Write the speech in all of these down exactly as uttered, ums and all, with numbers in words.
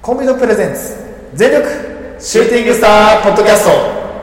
コンビのプレゼンツ全力シューティングスターポッドキャスト。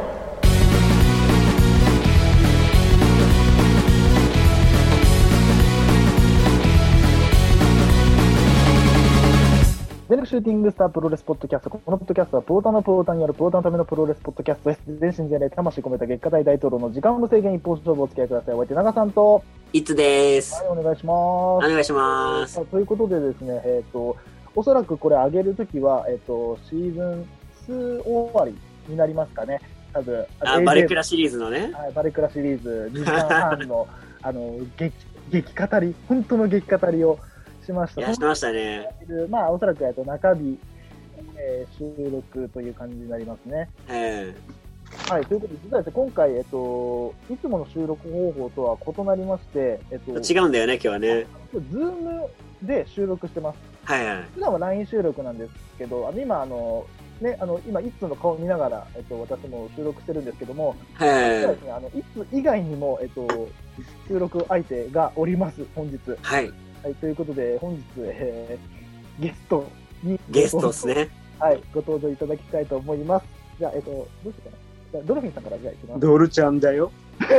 全力シューティングスタープロレスポッドキャスト。このポッドキャストはプローターのプローターによるプローターのためのプロレスポッドキャストです。全身全霊魂込めた月下大大統領の時間無制限一本勝負をお付き合いください。お相手長さんといつです。 はい、お願いします。 お願いします。 ということでですね、えっ、ー、とおそらくこれ上げるときはえっ、ー、とシーズンに終わりになりますかね。多分あバレクラシリーズのね。 はい、バレクラシリーズにじかんはんのあの激激語り本当の激語りをしました。 いやしましたね。 まあおそらくえっと中日、えー、収録という感じになりますね。 えー、はい、ということで実はですね今回えっといつもの収録方法とは異なりまして、えっと違うんだよね今日はね。 ズームで収録してます。 はいはい。 普段は ライン 収録なんですけど、あの今あのねあの今いつの顔を見ながらえっと私も収録してるんですけども、 はいはいはい。 ですねあのいつ以外にもえっと収録相手がおります本日。 はい。 はい、ということで、本日、えー、ゲストに、 ゲストですね。 はい、ご登場いただきたいと思います。じゃあ、えっと、どうしようかな。じゃあドルフィンさんからじゃあいきます。 ドルちゃんだよ。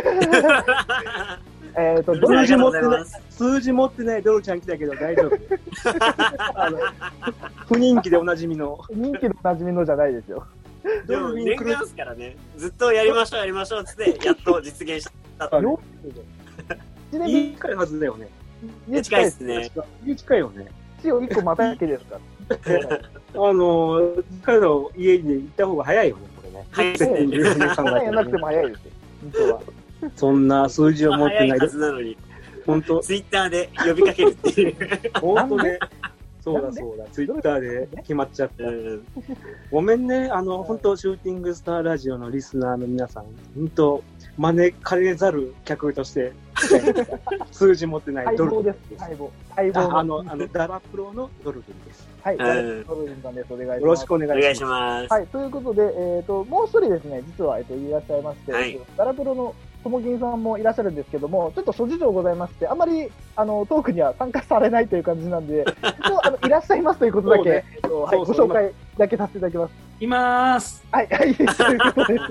えっと、 数字持ってない、数字持ってないドルちゃん来たけど大丈夫。あの不人気でおなじみの。 人気でおなじみのじゃないですよ。 でも、念願ですからね。ずっとやりましょう、やりましょうっつって、やっと実現したと。 よいいかいはずだよね。 近いですね。 近いよね。 死を一個まただけですか。 あの彼の家に行った方が早いよねこれね。 早いですね。 早いなくても早いですよ。本当は。 そんな数字を持ってないはずなのに。 本当。 ツイッターで呼びかけるっていう。 本当ね。そうだそうだ。ツイッターで決まっちゃった。ごめんね。あの本当シューティングスターラジオのリスナーの皆さん本当招かれざる客として。数字持ってないドルフィンです。 待望待望。 あのあのダラプロのドルフィンです。 はい、ドルフィンさんです。お願いします。 よろしくお願いします。 はい、ということでえっともう一人ですね実はえっといらっしゃいまして、はい、ダラプロのともきんさんもいらっしゃるんですけどもちょっと諸事情ございましてあまりあのトークには参加されないという感じなんで一応あのいらっしゃいますということだけ、ねえっとはい、ご紹介だけさせていただきます。 いまーす。 はいはいということです。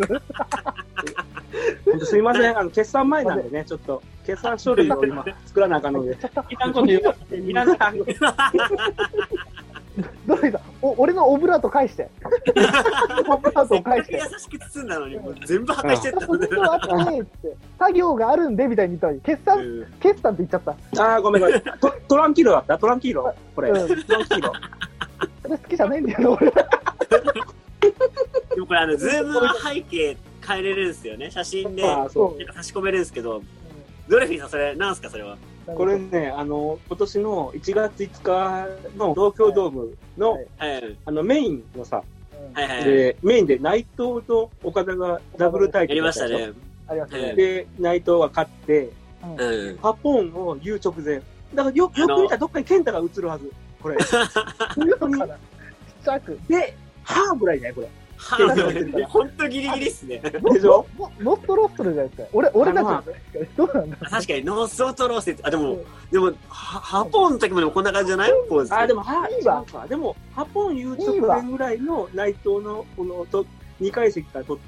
すみません、あの決算前なんでね、ちょっと決算書類を今作らなあかんので、いらんこと言うと、いらんこと言うと。 どうですか、お、俺のオブラート返して。オブラート返して。 優しく包んだのに、もう全部破壊してったので。 作業があるんでみたいに言ったのに、決算、うん、決算って言っちゃった。 ああ、ごめんごめん。ト, トランキーロだったトランキーロこれ。うん、トランキーロ。 俺好きじゃないんだよ、俺。 でもこれ、あの、ズームの背景変えれるんですよね。写真で差し込めるんですけど、ドルフィンさん、それ、なんすか、それは。 これね、あの、今年のいちがついつかの東京ドームの、はいはい、あの、メインのさ、はいはいはい、で、メインで内藤と岡田がダブル対決やりましたね。 ありましたね。 で、内藤が勝って、 うん、 パポンを言う直前。だからよ、よく見たらどっかに健太が映るはず。これ。 本当に。ちっちゃく。 で、はぁぐらいだよ、これ。 本当ギリギリっすね。 でしょ？ ノットローストルじゃないですか。俺、俺たちどうなんだ。 確かにノートローストル。あ、でも、でも、ハポンの時もでもこんな感じじゃない？ポーズ。 あ、でも、は、いいわ。でも、ハポン言う直前ぐらいの内藤の、この、と、にかい席から取った。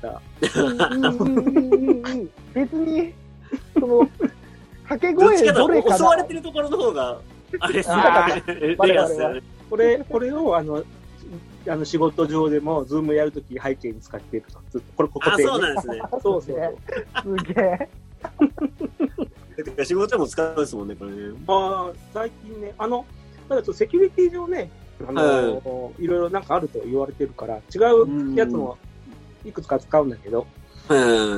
別に、その、掛け声どれかな。 襲われてるところの方が、あれですね。 これ、これを、あの、あの仕事上でもズームやるとき背景に使っているとずっとこれここで、 ね、あそうなんですね。 そうそうそうすげえ。仕事でも使うんですもんねこれね。 ああ最近ねあのただちょっとセキュリティ上ねあの、はい、いろいろなんかあると言われてるから違うやつもいくつか使うんだけど、 うん、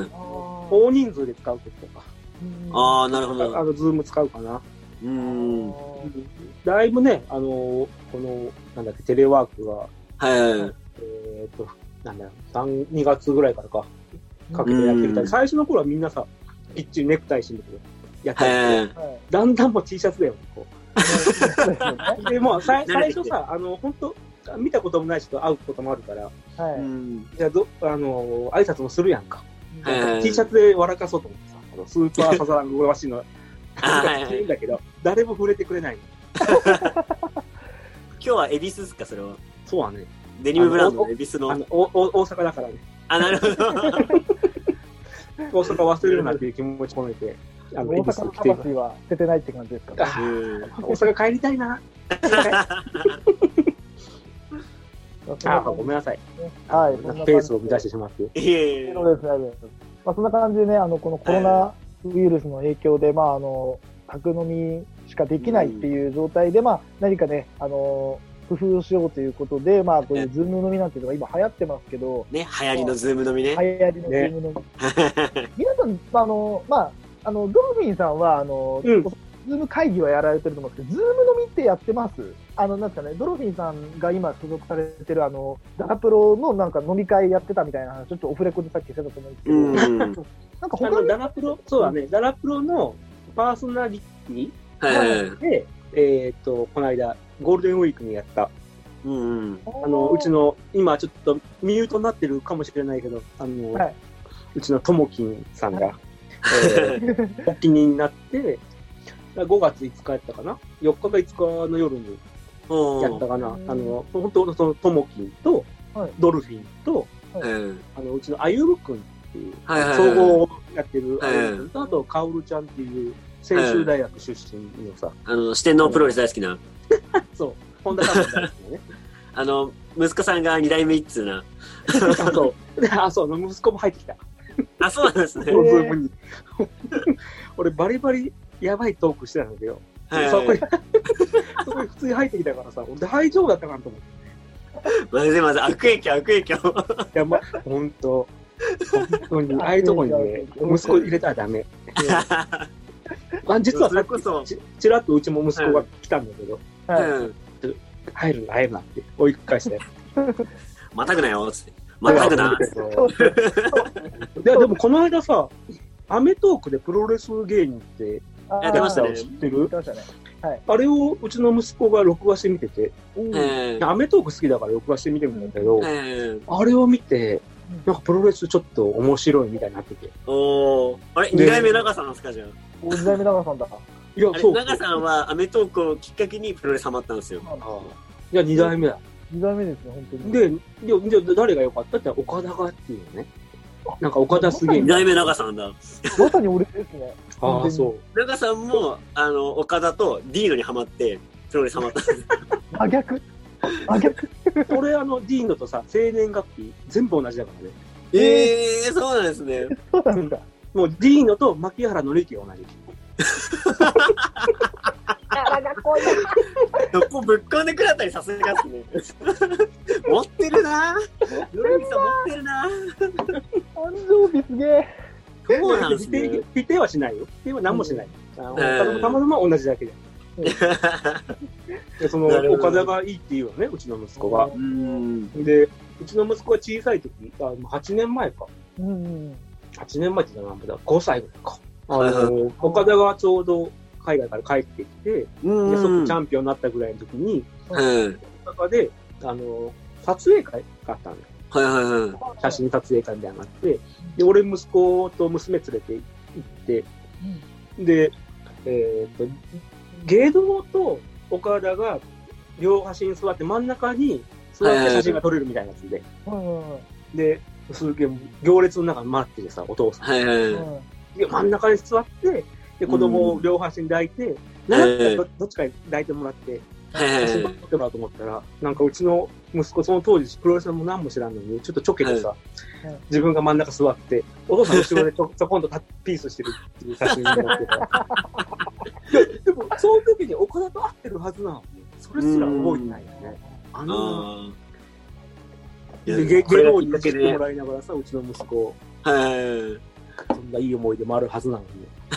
大人数で使うときとかああなるほどあのズーム使うかな。 うんだいぶねあのこのなんだっけテレワークがはい、 えっと、なんだろう、にがつぐらいからか、かけてやってみたり、最初の頃はみんなさ、きっちりネクタイしてんだけど、やってて、だんだんもう T シャツだよね、こう。で、もう最初さ、あの、本当見たこともない人と会うこともあるから、 はい、 じゃあど、あの、挨拶もするやんか。なんか T シャツで笑かそうと思ってさ、あのスーパーサザランゴワシの、いいんだけど、誰も触れてくれない。 今日は恵比寿ですか、それは。 そうはね。 デニムブランドの恵比寿の。 あの、おお大阪だからね。 あ、なるほど。 大阪忘れるなっていう気持ち込めて、 あの、大阪の魂は捨ててないって感じですかね。 大阪帰りたいな。あ、ごめんなさい。 はい。 ペースを乱してしまって。 いえいえ。 そうですね。まあ、そんな感じでね、あの、このコロナウイルスの影響で、まあ、あの、宅飲みしかできないっていう状態で、まあ、何かね、あの、工夫をしようということで、まあ、こういうズーム飲みなんていうのが今流行ってますけど。 ね、流行りのズーム飲みね。 流行りのズーム飲み。皆さん、あの、まあ、あの、ドルフィンさんは、あの、うん、ズーム会議はやられてると思うんですけど、ズーム飲みってやってます？あの、なんですかね、ドルフィンさんが今所属されてる、あの、ダラプロのなんか飲み会やってたみたいな話、ちょっとオフレコでさっきしてたと思うんですけど、うん、なんか他のダラプロ、そうだね、ダラプロのパーソナリティ、はい、で、えっと、この間、ゴールデンウィークにやった、うんうん、あの、うちの、今ちょっとミュートになってるかもしれないけど、あの、はい、うちのともきんさんが、はい、えー、お気になって、ごがついつかやったかな ?よっかかいつかの夜にやったかなあの、本当そのともきんと、はい、ドルフィンと、はい、あの、うちのあゆむくんっていう、はいはいはい、総合をやってるあゆむくんと、はい、あと、かおるちゃんっていう、専修大学出身のさ、 あの、四天王プロレス大好きな。 そう、本田さんも大好きなね。 あの、息子さんが二代目一通な。 あ、そう。あ、そう、息子も入ってきた。 あ、そうなんですね。 俺、バリバリやばいトークしてたんだけど、はいはい、そこに、そこに普通に入ってきたからさ、大丈夫だったかなと思って。 まずいまずい、悪影響、悪影響。いや、ま、ほんと、本当に、ああいうとこにね、息子入れたらダメ。あ、実はさっきち、ちらっとうちも息子が来たんだけど、はいはい、入るな、入るなって追い返して。 またぐなよ、つって。またぐな。 いや、でもこの間さ、アメトークでプロレス芸人ってやってましたね。 知ってる？はい、あれをうちの息子が録画してみてて、アメトーク好きだから録画してみてるんだけど、あれを見て、なんかプロレスちょっと面白いみたいになってて。 おー。あれ、二代目長さんなんですか、じゃあ。 二代目長さんだ。 いや、そう。長さんはアメトークをきっかけにプロレスハマったんですよ。 いや、二代目だ。 二代目ですね、本当に。 で、じゃ誰が良かったって岡田がっていうね。なんか岡田すげえ。 二代目長さんだ。 まさに俺ですね。 ああ、そう。 長さんも、あの、岡田とディーノにハマって、プロレスハマったんです。 真逆真逆俺、あの、ディーノとさ、生年月日、全部同じだからね。 ええー、そうなんですね。 そうなんだ。 もう、ディーノと牧原紀之が同じ。 あら、こいな。もうぶっこんでくれたりさすがですね。持ってるなぁ。ヨルミさん持ってるなぁ。 誕生日すげえ。 そうなんですね。 否定はしないよ。否定は何もしない。うん、あのたまたま同じだけで。でその岡田がいいって言うよね、うちの息子が。うんで、うちの息子が小さい時、あはちねんまえか。うん、はちねんまえって言ったら何だ、ごさいぐらいか。あの岡田がちょうど海外から帰ってきて、で即チャンピオンになったぐらいの時に、うん、大阪であの撮影会があったのよ。はいはいはい、写真撮影会みたいなのがあって、で俺息子と娘連れて行って、うん、で、えー、っと芸道と岡田が両端に座って真ん中に座って写真が撮れるみたいなやつで、はいはいはい、で、すげえ行列の中に待っててさ、お父さん、はいはいはい、で真ん中に座ってで子供を両端に抱いて、うん、なんか ど, どっちかに抱いてもらって、写真撮ってもらおうと思ったら、なんかうちの息子その当時プロレスも何も知らんのにちょっとちょけてさ、はい、自分が真ん中座ってお父さん後ろでちょちょこんとピースしてるっていう写真になってた。でもその時に岡田と会ってるはずなのにそれすら覚えてないよね。あのー、で芸能にいじってもらいながらさ、うちの息子、はい、そんないい思い出もあるはずなのに。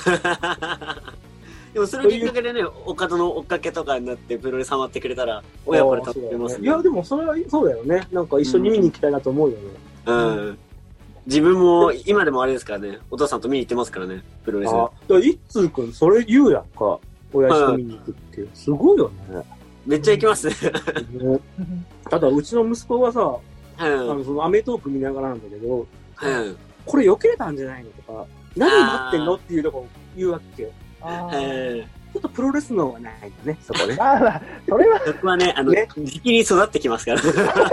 でもそれきっかけでね、岡田の追っかけとかになってプロレスハマってくれたら親子で立ってますね。 いやでもそれはそうだよね。なんか一緒に見に行きたいなと思うよね。 うん。うん、自分も今でもあれですからね、お父さんと見に行ってますからね、プロレス。あ、 一通くんそれ言うやんか。親父と見に行くっていう。すごいよね。 めっちゃ行きますね。 ただうちの息子はさ、はい、あのそのアメトーク見ながらなんだけど、はい、これ避けれたんじゃないのとか、何待ってんのっていうとこ言うわけよ。あちょっとプロレスのはないよね、そこね。 ああ、それは。 そこはね、あの、ね、時期に育ってきますから。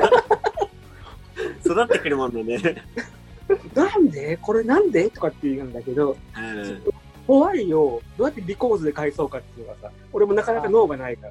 育ってくるもんなんで。 なんでこれなんでとかって言うんだけど、うん、怖いよ。どうやってリコーズで返そうかっていうのがさ、俺もなかなか脳がないから。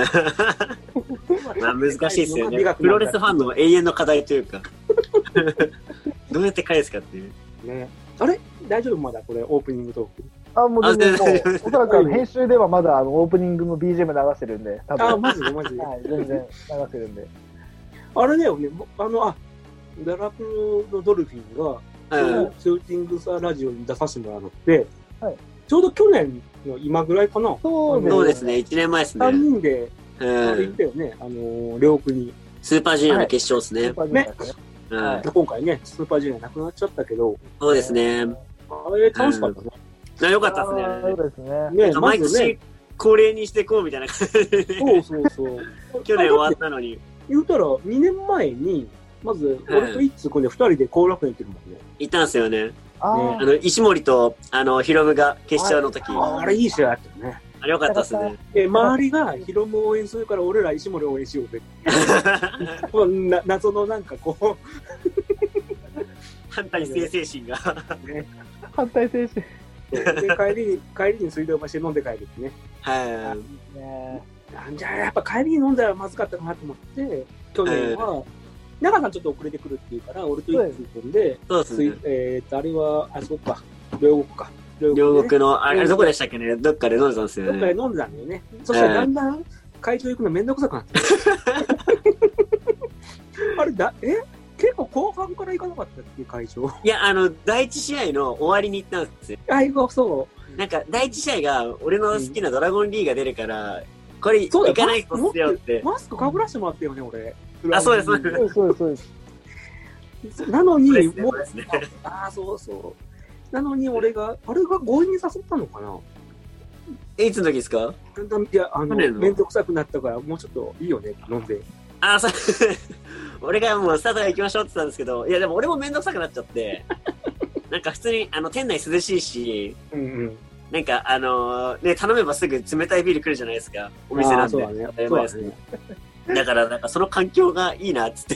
まあ難しいですよね。プロレスファンの永遠の課題というか。どうやって返すかっていう。 ね。あれ大丈夫まだこれオープニングトーク。 あ、もう全然もう、おそらくあの編集ではまだあのオープニングの ビージーエム 流してるんで、多分。 あ、マジでマジで。 はい、全然流してるんで。 あれだよね、あの、あ、ダラプロのドルフィンが、うん、シューティングスターラジオに出させてもらうのって、はい、ちょうど去年の今ぐらいかな。 そうですね、いちねんまえですね。 さんにんで、あれ行ったよね、あのー、両国。 スーパージュニアの決勝ですね。 はい、ね、はい、今回ね、スーパージュニアなくなっちゃったけど。 そうですね。 あれ楽しかったね。 うん、よかったですね。 そうですね。 ね、毎年恒例にしていこうみたいな感じで。 そうそうそう。 去年終わったのに。 言うたら、にねんまえに、まず、俺と一通組んで二人で後楽園行ってるもんね。 行ったんですよね。あ, ねあの、石森と、あの、ヒロムが決勝の時。 あ, あれいい試合あったよね。 あれよかったっすね。 え、周りがヒロムを応援するから、俺ら石森を応援しようぜ。な謎のなんかこう。 反対性精神が。 ね、反対精神。 で、帰りに、帰りに水道橋で飲んで帰るってね。 はい。 ねなんじゃ、やっぱ帰りに飲んだらまずかったかなと思って、去年は、長さんちょっと遅れてくるって言うから、俺と一通組んで、 そうですね。 えっと、あれは、あそこか、両国か。 両国の、あれどこでしたっけね、どっかで飲んでたんですよね。 どっかで飲んでたんだよね。そしたらだんだん会場行くのめんどくさくなって。あれだ、え結構後半から行かなかったっていう会場。 いや、あの、第一試合の終わりに行ったんですよ。 あ、そう。 なんか、第一試合が、俺の好きなドラゴンリーが出るから、これ、行かないとっすよって。 マスクかぶらしてもらったよね、俺。 あ、そうです、そうです。そうです、そうです。 なのに、もう、ああ、そうそう。なのに、俺が、あれが強引に誘ったのかな。 え、いつの時ですか？ いや、あの、めんどくさくなったから、もうちょっといいよね、飲んで。 ああ、そう。俺がもうスタート行きましょうって言ったんですけど、いやでも俺もめんどくさくなっちゃって、なんか普通にあの店内涼しいし、 うんうん、 なんかあのー、ね、頼めばすぐ冷たいビール来るじゃないですか、お店なんで。 そうだね。そうだね。 だからなんかその環境がいいなっつって。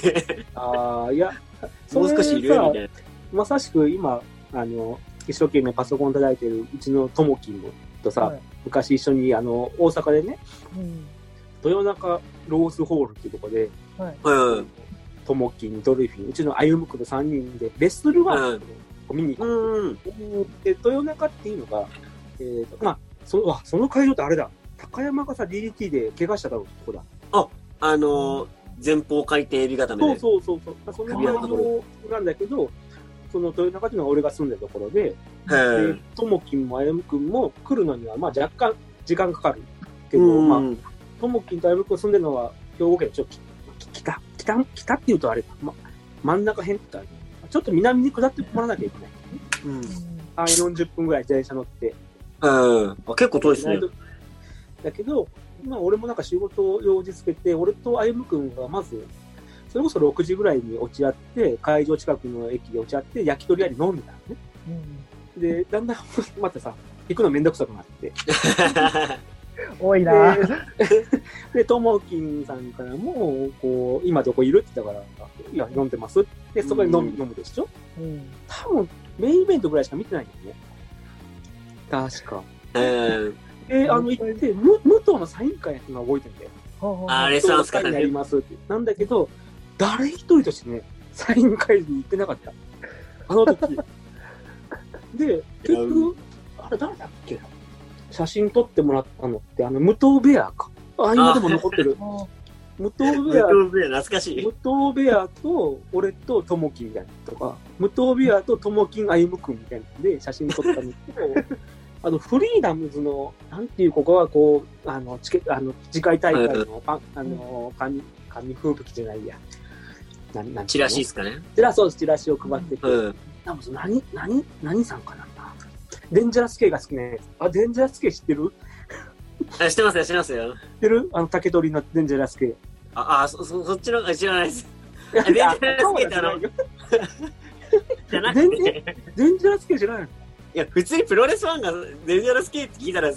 ああ、いや、 もう少しいるみたいな。 まさしく今、あの、一生懸命パソコン叩いてるうちのともきんとさ、はい、昔一緒にあの、大阪でね、うん、豊中ロースホールっていうところで、はい、うんともきん、ドルフィン、うちの歩夢君のさんにんで、レッスルワンを見に行った。で、豊中っていうのが、えーと、まあ、その、あ、その会場ってあれだ。高山がさ、ディーディーティー で怪我しただろうってとこだ。 あ、あのー、前方回転エビ固めで。 そうそうそうそう。その会場なんだけど、その豊中っていうのは俺が住んでるところで、で、ともきんも歩夢君も来るのには、まあ若干時間かかる。けど、まあ、ともきんと歩夢君住んでるのは、兵庫県ちょっと北、北、北って言うとあれ、ま、真ん中辺ってある。ちょっと南に下ってもらわなきゃいけない。うん。あ、よんじゅっぷんぐらい電車乗って。 うん。あ、結構遠いですね。 だけど、まあ俺もなんか仕事用事つけて、俺と歩夢くんがまず、それこそろくじぐらいに落ち合って、会場近くの駅で落ち合って、焼き鳥屋に飲んでたのね。うん、で、だんだんまたさ、行くのめんどくさくなって。 多いなで、ともきんさんからも、こう、今どこいるって言ったから、いや、飲んでます。で、そこで飲む、うん、飲むでしょ、うん、多分、メインイベントぐらいしか見てないんだよね。確か。 うんで、あの、行って、む、武藤のサイン会やったのは覚えてるんだよ。 あ、レッスンス会になりますって。なんだけど、誰一人としてね、サイン会に行ってなかった。あの時。で、結局、あれ誰だっけ写真撮ってもらったのって、あの、武藤ベアか。あ、今でも残ってる。武藤ベア。 武藤ベア、懐かしい。 武藤ベアと、俺とともきんみたいなとか、武藤ベアとともきん歩夢くんみたいなので写真撮ったのと、あの、フリーダムズの、なんていう、ここはこう、あの、チケあの、次回大会の、ああの、紙、紙風吹きじゃないや。ななんチラシですかね。 チラシ、そうです、チラシを配ってて。うん。なんか何、何、何さんかな。デンジャラス系が好きなやつ。あ、デンジャラス系知ってる？ あ、知ってますよ、知ってますよ。 知ってる？あの、竹取のデンジャラス系。 あ、あ、そ、そ、そっちの、知らないです。デンジャラス系ってあの、じゃなくて。 デンジャラス系じゃないの？ いや、普通にプロレスファンがデンジャラス系って聞いたら、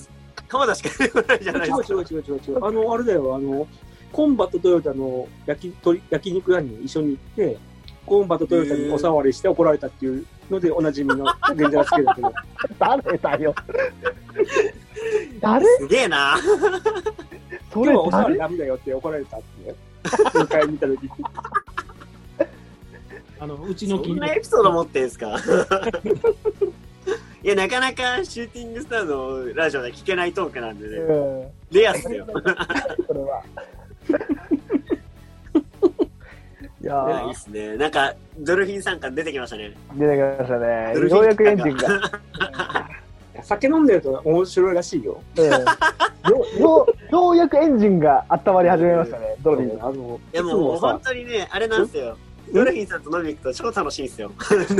鎌田しか出てこないじゃないですか。 違う違う違う違う違う。あの、あれだよ、あの、コンバとトヨタの焼き鳥焼肉屋に一緒に行って、コンバとトヨタにお触りして怒られたっていうのでおなじみの源者助けだけど。 誰だよ。誰すげえな。 それ今日はお触りダメだよって怒られたってね。今回見た時に。あの、うちのそんなエピソード持ってんすか。いや、なかなかシューティングスターのラジオで聞けないトークなんでね。うん、レアっすよ。それは。いやいいっすね。なんか、ドルフィン参加出てきましたね。 出てきましたね。ようやくエンジンが。 酒飲んでると面白いらしいよ。ええ、よ, よ, ようやくエンジンが温まり始めましたね、ドルフィン。 あのいやもう本当にね、あれなんですよ。ドルフィンさんと飲みに行くと超楽しいんですよ。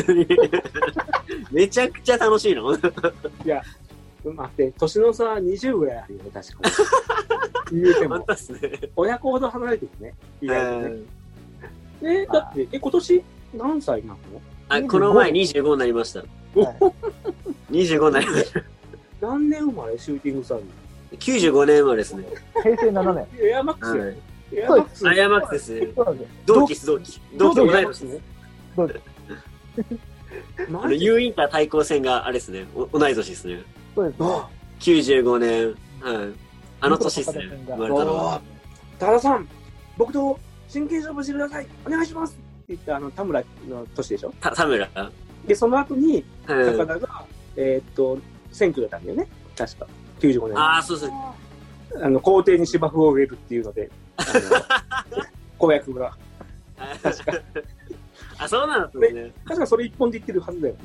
めちゃくちゃ楽しいの。いや、待って、年の差にじゅうぐらいあるよね、確かに。言うても。本当っすね。親子ほど離れてるね。意外とね。え、だって、え、今年何歳なの？ あ、この前にじゅうごになりました。にじゅうごになりました。 何年生まれシューティングスターに？ きゅうじゅうごねん生まれですね。 へいせいななねん。 エアマックスやね。 エアマックス。エアマックスです。同期です、同期。同期同い年ですね。同期。U インター対抗戦があれですね。同い年ですね。 そうです。 きゅうじゅうごねん。はい。あの年ですね。生まれたのは。 多田さん、僕と真剣勝負してください。お願いしますって言ったあの田村の年でしょ？ た田村。 で、その後に、高田が、えっと、選挙出たんだよね。確か。きゅうじゅうごねん。 ああ、そうそう。 あの、皇帝に芝生を植えるっていうので、あの、公約が。確か。 あ、そうなんですね。 確かそれ一本で言ってるはずだよね。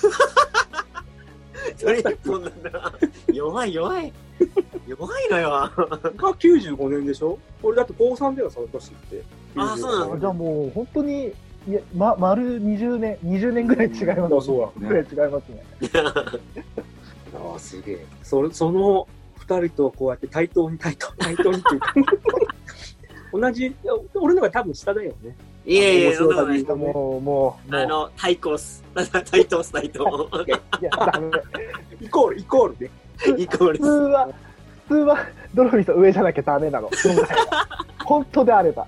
それ一本なんだ。弱い弱い。弱いのよ。 がきゅうじゅうごねんでしょ？俺だって高さんだよ、その年って。 ああ、そうなんだ。 じゃあもう本当に、いや、ま、丸にじゅうねん、にじゅうねんぐらい違いますね。 そうだね。 ぐらい違いますね。 ああ、すげえ。そその二人とこうやって対等に対等、対等にっていうか。同じ、俺のが多分下だよね。 いやいや、そんなことない。もう、もう、 あの、対抗っす。対等っす、対等。 いや、ダメ。 イコール、イコールで。 イコール。 普通は、普通は、ドロフィンさん上じゃなきゃダメなの。本当であれば。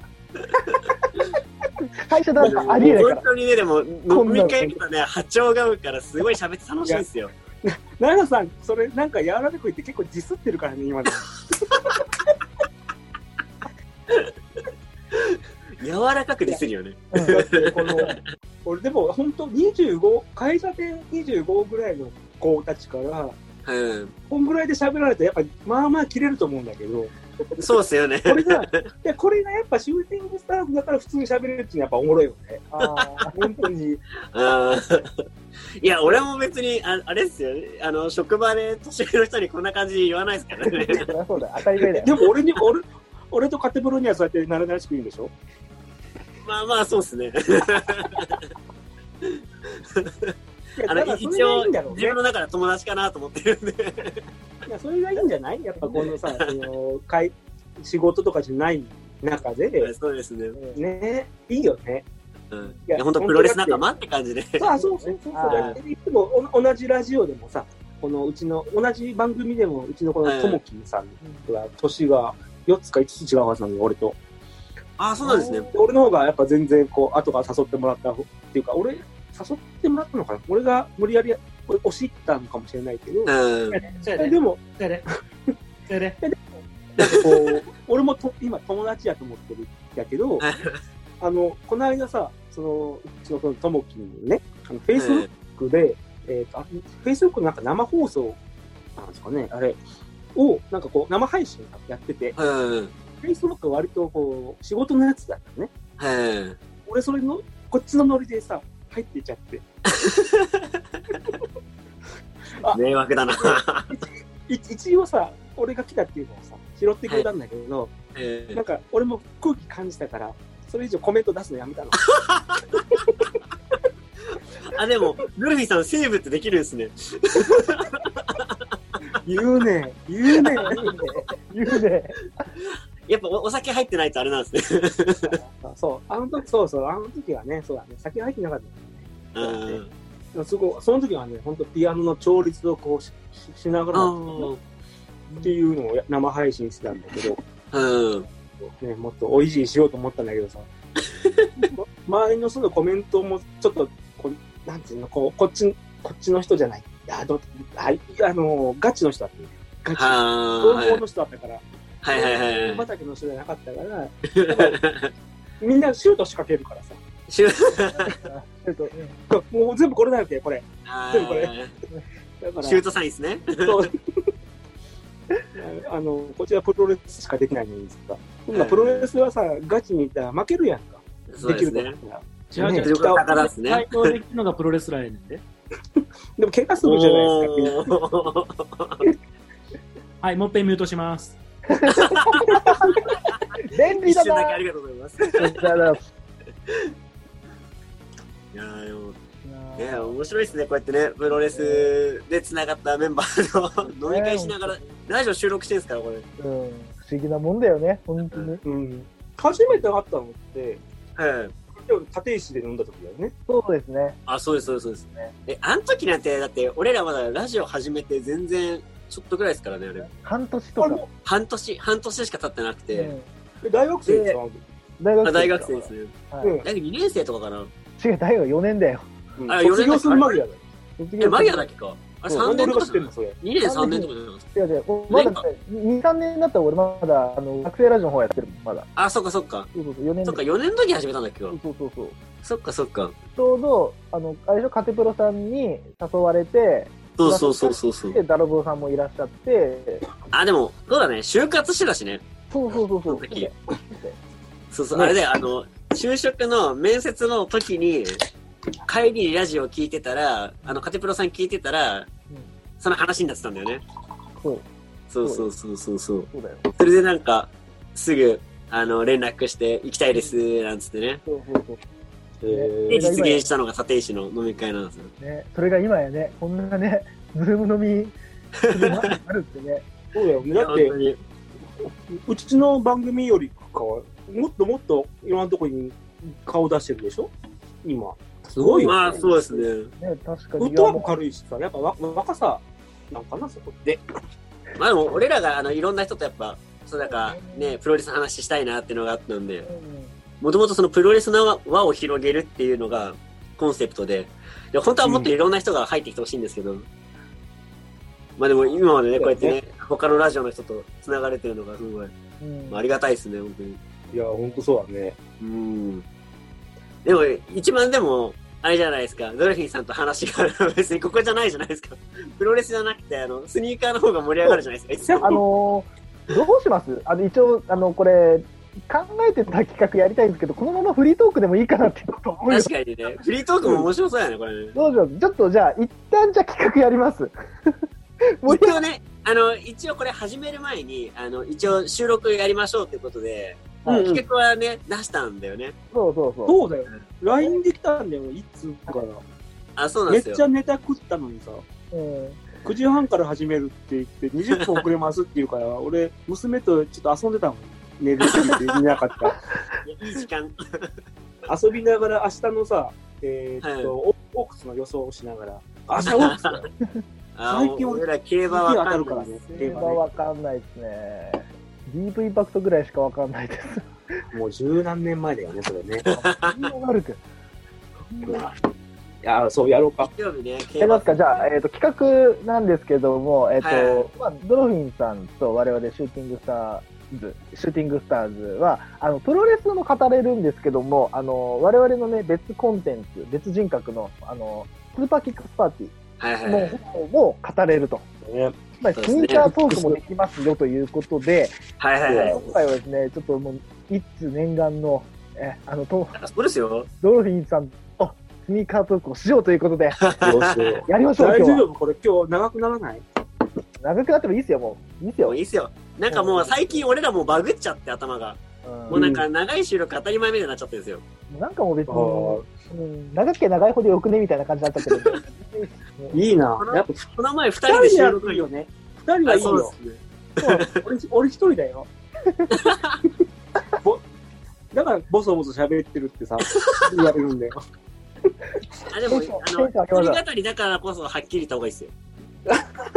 会社だとありえないから。 本当にね、でも、飲み会とかね、波長が合うから、すごい喋って楽しいんですよ。 奈良さん、それなんか柔らかく言って結構ディスってるからね、今の。 柔らかくディスるよね。 この俺でも本当にじゅうご、会社でにじゅうごぐらいの子たちから、うん、こんぐらいで喋られたらやっぱまあまあ切れると思うんだけど。 そうっすよね。 これが、いやこれがやっぱシューティングスターフだから普通に喋れるっていうのはやっぱおもろいよね。あ本当に。 あいや、俺も別に、あ, あれっすよね。あの、職場で年上の人にこんな感じで言わないですからね。 そうだ、当たり前だよ。 でも俺に、俺、俺とカテブロにはそうやってならならしく言うんでしょ？ まあまあ、そうっすね。あの、一応、自分の中で友達かなと思ってるんで。 いや、それがいいんじゃない？やっぱこのさ、その、会、仕事とかじゃない中で。 そうですね。 ね、いいよね。 うん。いや、本当プロレス仲間って感じで。 そうそうそうそうそう。いつも同じラジオでもさ、このうちの、同じ番組でも、うちのこのともきんさんは、年がよっつかいつつ違うはずなのよ、俺と。 ああ、そうなんですね。 俺の方がやっぱ全然、こう、後から誘ってもらったっていうか、俺、誘ってもらったのかな？俺が無理やり押し入ったのかもしれないけど。うん。でも、でも、なんかこう、俺もと今友達やと思ってるんやけど、あの、この間さ、その、うちのこのともきんね、あの、フェイスブックで、えっと、フェイスブックのなんか生放送なんですかね、あれ、を、なんかこう、生配信やってて、フェイスブックは割とこう、仕事のやつだったね。俺それの、こっちのノリでさ、入っていっちゃって。 迷惑だな。 一応さ、俺が来たっていうのをさ、拾ってくれたんだけど、はい、なんか俺も空気感じたから、それ以上コメント出すのやめたの。 あ、でも、ルルフィさんセーブってできるんですね。 言うね、言うね、言うね。 やっぱ お, お酒入ってないとあれなんですね。 そう、あの時、そうそう、あの時はね、そうだね、酒入ってなかったよね。うん。すごい、その時はね、本当ピアノの調律をこう し, しながら、 っていうのを生配信してたんだけど、 うん。 ね、もっとおいしいしようと思ったんだけどさ、周りのそのコメントもちょっとこう、なんていうの、こう、こっち、こっちの人じゃない。いや、ど、あ、あの、ガチの人だったね。ガチ。東方の人だったから。 はいはいはいはい。 畑の人じゃなかったから、みんなシュート仕掛けるからさ。 シュートもう全部これだよって、これ。全部これ。 だからシュートサインですね。そうあの、こちらプロレスしかできないのにですか。今プロレスはさ、ガチにいったら負けるやんか。 そうですね。 違う違う。対抗できるのがプロレスラーやねんで。 でも怪我するじゃないですか。 はい、もう一遍ミュートします。 便利だな。 一瞬だけありがとうございます。いやーでも、ね、面白いですね。こうやってね、プロレスで繋がったメンバーの飲み会しながら、ラジオ収録してるんですから、これ。 うん、不思議なもんだよね、本当に。 うん。初めて会ったのって、 はい。 立石で飲んだ時だよね。 そうですね。 あ、そうです、そうです、そうです。え、あの時なんて、だって、俺らまだラジオ始めて全然、ちょっとぐらいですからね、あれ。 半年とか。 半年、半年しか経ってなくて。 うん、大学生ですか？ 大学生。大学生ですよ。はい、大学にねん生とかかな。 違う、大学よねんだよ。 うん、あ、よねん卒業するマギアだよ。 え、マギアだっけか。あれさんねんとかしてんのそれ。 にねんさんねんとかじゃないですか。 違う違う。まだね、に、さんねんだったら俺まだ、あの、学生ラジオの方やってるもん、まだ。 あ、そっかそっか。 そうそうそう、よねん。 そっか、よねんの時始めたんだっけか。 そうそうそう。 そっかそっか。 ちょうど、あの、あれでしょ、カテプロさんに誘われて、 そうそうそうそうそう。 で、ダロボーさんもいらっしゃって、 あ、でも、そうだね、就活してたしね。 そうそうそうそう。 そうそう、あれで、あの、就職の面接の時に、帰りにラジオ聞いてたら、あの、カテプロさん聞いてたら、うん、その話になってたんだよね。 そう。 そうそうそうそうそう。 そうだよ。 それでなんか、すぐ、あの、連絡して、行きたいです、なんつってね。 そうそうそう。 で、実現したのが立石の飲み会なんですよ。 ね、それが今やね、こんなね、ズーム飲み、あるってね。 そうだよね。だって、うちの番組よりかは、もっともっといろんなとこに顔出してるでしょ今。すごいよ、ね。 まあ、そうですね。 ね、確かに。 フットワーク軽いしさ、やっぱ若さなんかな、そこって。 まあでも、俺らが、あの、いろんな人とやっぱ、そうなんか、ね、プロレスの話したいなっていうのがあったんで、もともとそのプロレスの輪を広げるっていうのがコンセプトで、で本当はもっといろんな人が入ってきてほしいんですけど、うん、まあでも今までね、こうやってね、他のラジオの人と繋がれてるのがすごい、うん、まあ、ありがたいですね、本当に。 いや、本当そうだね。 うん。でも、一番でも、あれじゃないですか、ドルフィンさんと話が別にここじゃないじゃないですか。プロレスじゃなくて、あの、スニーカーの方が盛り上がるじゃないですか。 あのー、どうしますあの、一応、あの、これ、考えてた企画やりたいんですけど、このままフリートークでもいいかなってこと思うよ。 確かにね。フリートークも面白そうやね、これね。 どうしよう。ちょっとじゃあ、一旦じゃあ企画やります。 一応ね、あの、一応これ始める前に、あの、一応収録やりましょうってことで、うんうん、企画はね、出したんだよね。 そうそうそう。 そうだよね。ライン できたんだよ、いつから。 あ、そうなんですよ。 めっちゃネタ食ったのにさ。うん。くじはんから始めるって言って、にじゅっぷん遅れますって言うから、俺、娘とちょっと遊んでたもん。寝るって見なかった。 いい時間。 遊びながら明日のさ、えー、っと、はい、オークスの予想をしながら。明日オークスだよ。 最近俺ら競馬わかんないですね。競馬わかんないですね。ディープインパクトぐらいしかわかんないです。 もう十何年前だよね、それね。 悪く。 いや、そうやろうか。 やりますか。じゃあ、えっ、ー、と、企画なんですけども、えっ、ー、と、はい、まあ、ドルフィンさんと我々シューティングスターズ、シューティングスターズは、あの、プロレスも語れるんですけども、あの、我々のね、別コンテンツ、別人格の、あの、スーパーキックスパーティーの方も語れると。ね、まあ、スニーカートークもできますよということで、 はいはいはい。 今回はですね、ちょっともう、一通念願の、え、あの、と、 そうですよ。 ドルフィンさんとスニーカートークをしようということで、やりましょう、 大丈夫これ今日長くならない？ 長くなってもいいっすよ、もう。いいっすよ。 もういいっすよ。なんかもう最近俺らもうバグっちゃって頭が。うん、もうなんか長い収録当たり前みたいになっちゃってるんですよ。 なんかもう別に、うん、長け長いほどよくねみたいな感じだったけど。 いいな。 やっぱこの前二人で収録いいよね。二人はいいよ。そうですね。俺、俺一人だよ。ぼだからボソボソ喋ってるってさ、言われるんだよ。 あ、でも、あの、一人語りだからこそはっきり言った方がいいですよ。 あ、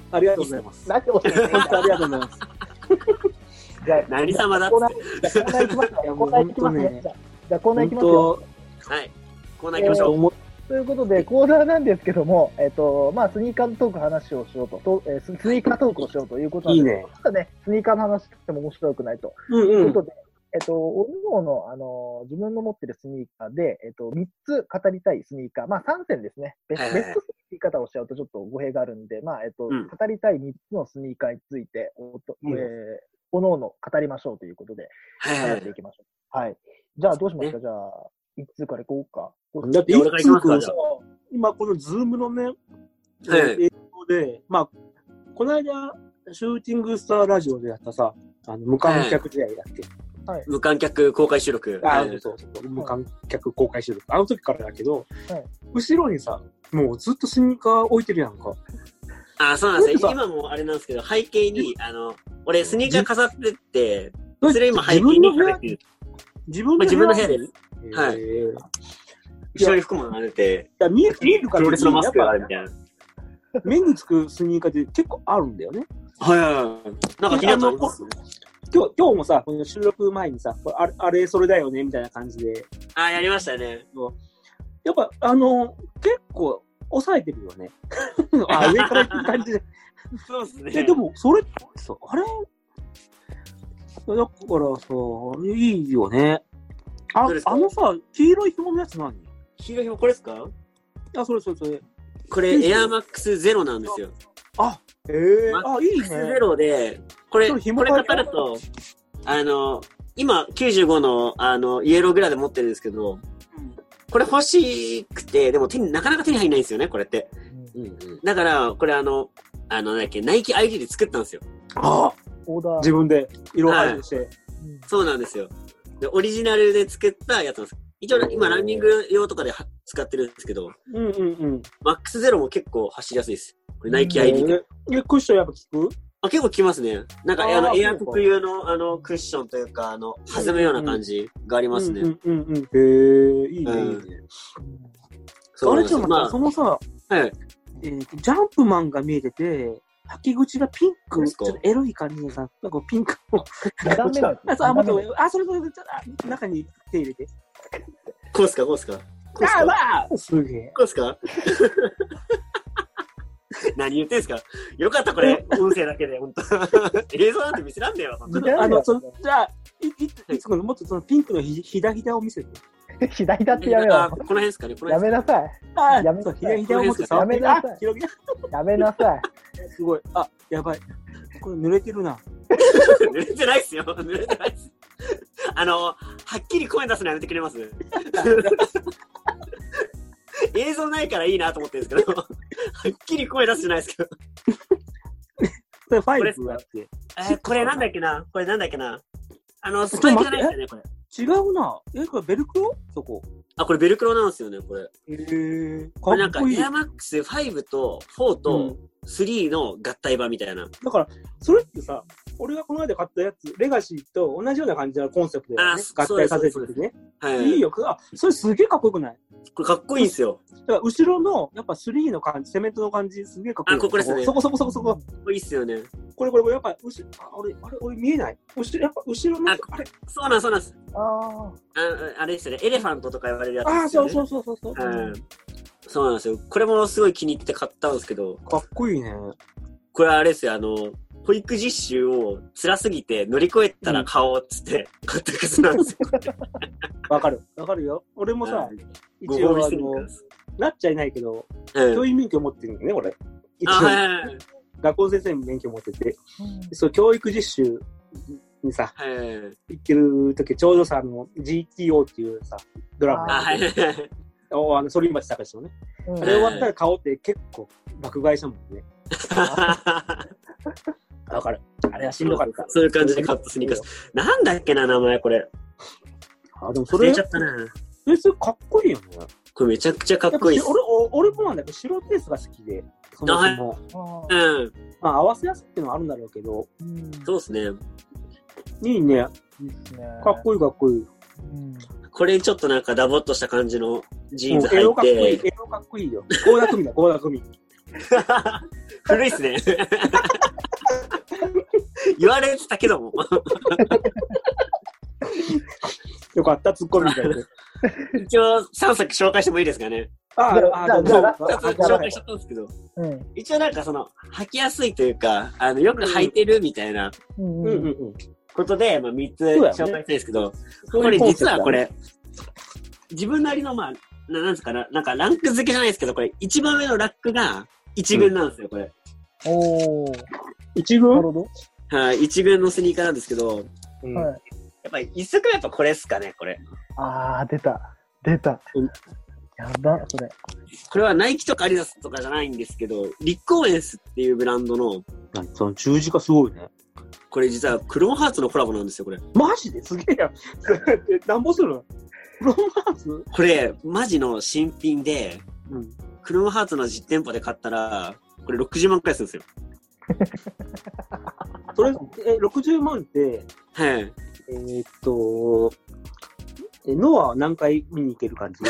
ありがとうございます。 何で教えて本当ありがとうございます。 じゃあ、 何様だっコーナー、コーナー行きますね。コーナー行きますね。じゃあ、コーナー行きますよ。 はい。コーナー行きましょう。 えーということで、コーナーなんですけども、えっ、と、まあ、スニーカートーク話をしようと、とえース、スニーカートークをしようということなんですけど、 いいね。 ただね、スニーカーの話しても面白くないと。 うんといううん。ことで、えっ、と、おのおの、あの、自分の持ってるスニーカーで、えっ、と、みっつ語りたいスニーカー、まあ、さんてんですね。ベスはいはいはいベストスニーカー方をしちゃうとちょっと語弊があるんで、まあ、えっ、と、 うん語りたいみっつのスニーカーについて、おと、 いいねえー、おのおの語りましょうということで、 はいはい話していきましょう。はい。じゃあ、どうしますか、じゃあ、いっつからいこうか。どうしだって、 俺から行きますかいつさ、今このズームのね、 はい映像で、まあ、この間、シューティングスターラジオでやったさ、あの、無観客試合だっけ、 無観客公開収録。 あ、 はいそうそうそう、無観客公開収録。あの時からだけど、 はい後ろにさ、もうずっとスニーカー置いてるやんか。 あ、そうなんですよ。 だってさ今もあれなんですけど、背景に、あの、俺スニーカー飾ってって、 そそれ今背景にかけてる。 自分の自分の部屋です。 は。 はいいえー後ろに服も慣れて、 いや、見え見えるから、 プロレスのマスクがあるやっみたいな。 ぱ目につくスニーカーって結構あるんだよね。 はいはいはい。なんか気になったのあります今日、今日もさ、この収録前にさ、これあれ、あれそれだよねみたいな感じで。 あ、やりましたね。 やっぱ、あの、結構、抑えてるよね。あ、上から行く感じで。 そうですね。 え、でも、それ、さ、あれだからさ、いいよね。あどうです、かあのさ、黄色い紐のやつ何黄色い紐これですかあ、それそれそれ。 これエアマックスゼロなんですよ。 あ、ええマあ、いいマックスゼね。 ロで、これ、 それこれ紐変えた語ると、あの、今きゅうじゅうごのあの、イエローグラで持ってるんですけど、これ欲しくて、でも手に、なかなか手に入んないんですよね、これって。 うんうん。 だから、これあの、あの、なんだっけ、ナイキ アイディー で作ったんですよ。 あオーダー。 自分で色配分して。 うんそうなんですよ。で、オリジナルで作ったやつなんです。一応、今、ランニング用とかでは使ってるんですけど、 うんうんうん。 マックスゼロも結構走りやすいです。これ、ナイキ アイディー で。 え、クッションやっぱ効くあ、結構きますね。なんか、 あーあの、エアそうか特有の、あの、クッションというか、あの、弾むような感じがありますね。 うんうんうん。へえ、いいね、 うんいいね。 そうなんですよ。 あれちょっと待って、 まそのさ、 あ、はい。 えーと、ジャンプマンが見えてて、履き口がピンク、ちですかょっとエロい感じのさ、なんかピンクを。 二段目のやつあ、そうあ、もっと二段目上、あ、それそれ、ちょっとあ中に手入れて。 こうっすか、こうっすか。こうっすか。 あ、まあすげえ。 こうっすか何言ってんすかよかった、これ、音声だけで、ほんと。映像なんて見せらんねえわ、そんな見てあの、その、じゃあ、い、い、いつものもっとそのピンクのひ、ひだひだを見せて。 左だってやめろ。 あこの辺ですかね、このや辺めなさい。 あやめそう、ひだひだを持ってさ、 やめなさいあ広げやめなさい。 すごい。あ、やばい。これ濡れてるな。 濡れてないっすよ。濡れてないっす。あの、はっきり声出すのやめてくれます映像ないからいいなと思ってるんですけど、はっきり声出すじゃないですけど。 これファイブがあって。 えー、これなんだっけなこれなんだっけなあの、スちょっとパイクじゃ待ってないですよね、これ。 違うな。え、これベルクロそこ。 あ、これベルクロなんですよね、これ。 へえ。 これなんか、 かっこいいエアマックスファイブとフォーとスリーの合体版みたいな。 だから、それってさ、俺がこの間買ったやつ、レガシーと同じような感じのコンセプトだよね。 あ合体させててね。 はい。 いいよ。あ、それすげえかっこよくない？ これかっこいいんですよ。 だから後ろの、やっぱスリーの感じ、セメントの感じ、すげえかっこいい。 あここですねそこそこそこそこ。 かっこいいっすよね。 これこれこれ、やっぱ、後ろ、あ、俺、あれ、俺見えない。後ろ、やっぱ後ろの、 ああれ、 そうなんそうなんです。 あああれですよね。エレファントとか言われるやつああ、 ですよね。 そうそうそうそうそう。 うん。そうなんですよ。これもすごい気に入って買ったんですけど、 かっこいいね。 これあれですよ、あの、保育実習を辛すぎて乗り越えたら買おうっつって買った靴なんですよ。 わかる。わかるよ。俺もさは、 一ご褒応、あの美スニーカーで、す。 なっちゃいないけど、 うん教員免許持ってるんだよね、俺。一あ、 応、 はいはいはい。 学校先生に免許持ってて、 ーそう、教育実習にさ、 はいはいはい。 行ってる時、ちょうどさ、あの、ジーティーオー っていうさ、ドラマあ、はいはいはい。 おあの、反町隆史のね。 うんあれ終わったら買おうって結構爆買いしたもんね。わかる。あれはしんどかった。 そういう感じで買ったスニーカーです。なんだっけな、名前これ。 あ、でもそれ忘れちゃ、ったな。 それすごいかっこいいよね。 これめちゃくちゃかっこいいですやっぱ。俺、お俺もなんだけど、白ベースが好きで、そもそも。 あーうん。 まあ、合わせやすいっていうのはあるんだろうけど、 うんそうですね。 いいね。 いいっすね。 かっこいいかっこいい。 うんこれちょっとなんかダボっとした感じのジーンズエロかっこいい履い。て、 エロかっこいいよ。高田組だ、高田組。 古いっすね。言われてたけども。 よかった、ツッコミみたいな。 一応さんさく紹介してもいいですかね。 ああ、ああ、どうぞ。 ふたつ紹介しちゃったんですけど、うん、一応なんかその、履きやすいというか、あの、よく履いてるみたいな、 うんうんうん、 ことで、まあ、みっつ紹介したいんですけど、ね、これ実はこれ、自分なりの、まあ、ななんですかな、なんかランク付けじゃないですけど、これ一番上のラックが一軍なんですよ、これ。 おー。 一軍？ なるほど。 はい、一軍のスニーカーなんですけど、 うん、はい。 やっぱり一足はやっぱこれっすかね、これ。 あー、出た。出た。うん、やば、それ。 これはナイキとかアディダスとかじゃないんですけど、リックオーエンスっていうブランドの、 その十字架すごいね。 これ実はクロムハーツのコラボなんですよ、これ。 マジですげえやん。なんぼするの？クロムハーツ？ これ、マジの新品で、 うん、 クロムハーツの実店舗で買ったら、これろくじゅうまんくらいするんですよ。 それ、え、ろくじゅうまんって、 はい。 えー、っと、え、ノア何回見に行ける感じ？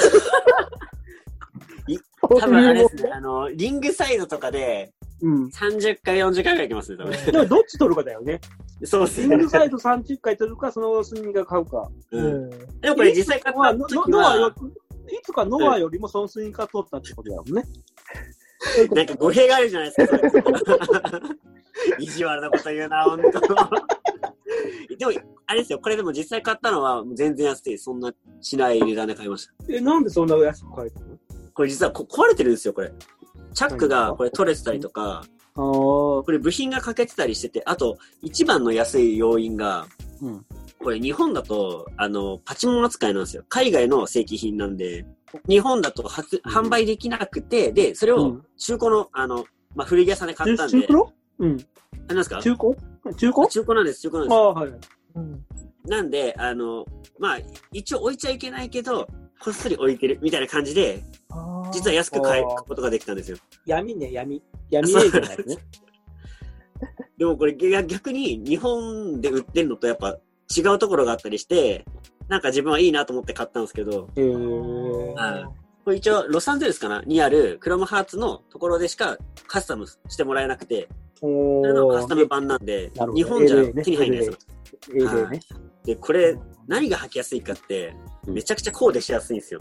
多分あれですね、あの、リングサイドとかで、うん、さんじゅっかい、よんじゅっかいぐらい行けますね、多分。 でもどっち取るかだよね。 そうですね。 リングサイドさんじゅっかい取るか、そのスニーカー買うか。 うん。でもこれ実際買った時は、 ノアよ、いつかノアよりもそのスニーカー取ったってことだよね。 なんか語弊があるじゃないですか、意地悪なこと言うな、ほんと。でも、あれですよ、これでも実際買ったのは全然安い、そんなしない値段で買いました。 え、なんでそんな安く買えたの？ これ実はこ壊れてるんですよ、これ。チャックがこれ取れてたりとか、これ部品が欠けてたりしてて、あと一番の安い要因が、うん、これ日本だと、あの、パチモン扱いなんですよ。海外の正規品なんで、日本だと発、うん、販売できなくて、で、それを中古の、あの、まあ、古着屋さんで買ったんで。 中古うん。 何ですか？ 中古中古中古なんです、中古なんです。 ああ、はい。 うん、 なんで、あの、まあ、一応置いちゃいけないけど、こっそり置いてるみたいな感じで、実は安く買うことができたんですよ。 闇ね、闇。闇営業ですね。 でもこれ逆に日本で売ってるのとやっぱ違うところがあったりして、なんか自分はいいなと思って買ったんですけど、 へー。 あこれ一応ロサンゼルスかなにあるクロムハーツのところでしかカスタムしてもらえなくて、それのカスタム版なんで、日本じゃ手に入らないですよ。 えーね、 で、これ何が履きやすいかって、めちゃくちゃコーデしやすいんですよ。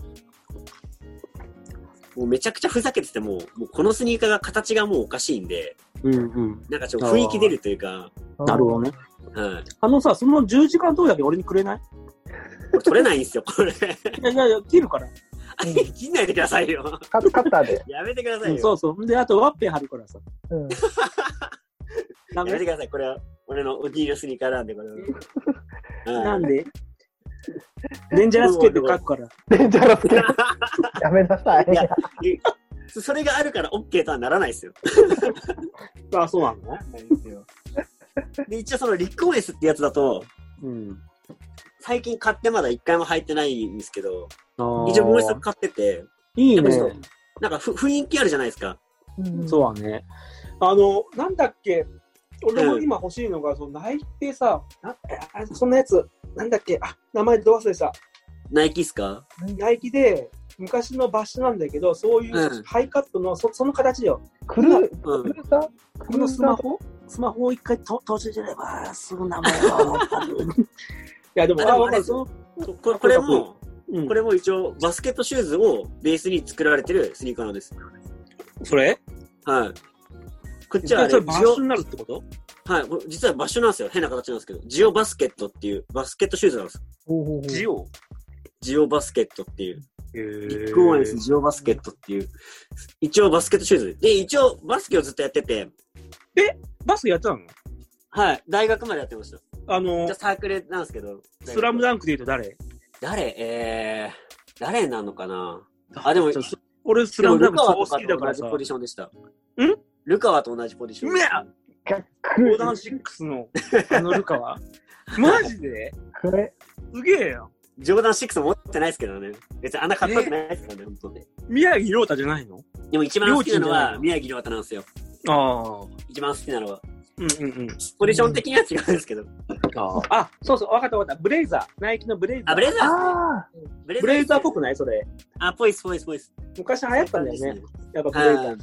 もうめちゃくちゃふざけてても、もうこのスニーカーが形がもうおかしいんで、 うんうん、 なんかちょっと雰囲気出るというか。 なるほどね。 はい。 あのさ、そのじゅうじかんどうやって俺にくれない？ これ取れないんですよ、これ。いやいやいや、切るから。 切んないでくださいよ。 カッターで。 やめてくださいよ。うん、 そうそう。で、あとワッペン貼るからさ。うん、 やめてください。これは俺のお気に入りのスニーカーなんで、これは。 なんでデンジャラスケって書くから。 デンジャラスケやめなさい。いや、 それがあるから OK とはならないですよ。 あ、そうなの？ で、一応そのリックオーエスってやつだと、 うん、 最近買ってまだ一回も履いてないんですけど、一応もう一足買ってて、 いいね。 なんかふ雰囲気あるじゃないですか。 うん、そうはね。あの、なんだっけ、俺も今欲しいのが、うん、そのナイキってさ、なあそんなやつ、なんだっけ、あ、名前ど忘れした。 ナイキっすか？ ナイキで、昔のバッシュなんだけど、そういうハイカットの、うん、そ, その形よ。 クルー、うん、クルーさこのスマホスマホを一回と閉じれば、すぐ名前がわかる。いや、でも、あ、わかる。これ、これも、うん、これも一応、バスケットシューズをベースに作られてるスニーカーなんです。 それ？ はい。こっちはあれ、 バッシュになるってこと？ はい。実はバッシュなんですよ。変な形なんですけど。ジオバスケットっていう、バスケットシューズなんです。 ジオ？ ジオバスケットっていう。リックオーエスジオバスケットっていう、一応バスケットシューズ。で、一応バスケをずっとやってて。 え？バスケやってたの？ はい。大学までやってました。 あのー、 じゃサークルなんですけど。 スラムダンクで言うと誰？ 誰？えー、誰になるのかな？あ、でも、 俺スラムダンク超好きだからさ。 同じポジションでした。 ん？ ルカワと同じポジション。 うわ！ジョーダンシックスのあのルカワ？マジで？ これすげえよ。 ジョーダンシックス持ってないですけどね。別にあんなかっこよくないですからね、ほんとね。 宮城亮太じゃないの？ でも一番好きなのは宮城亮太なんですよ。 ああ。 一番好きなのは。 うんうんうん。 ポジション的には違うんですけど。 ああ。そうそう、わかったわかった。ブレイザー。ナイキのブレイザー。 あ、ブレイザーあブレイザーっぽくないそれ。 あ、ぽいっすぽいっすぽいっす。 昔流行ったんだよね。やっぱブレイザーって。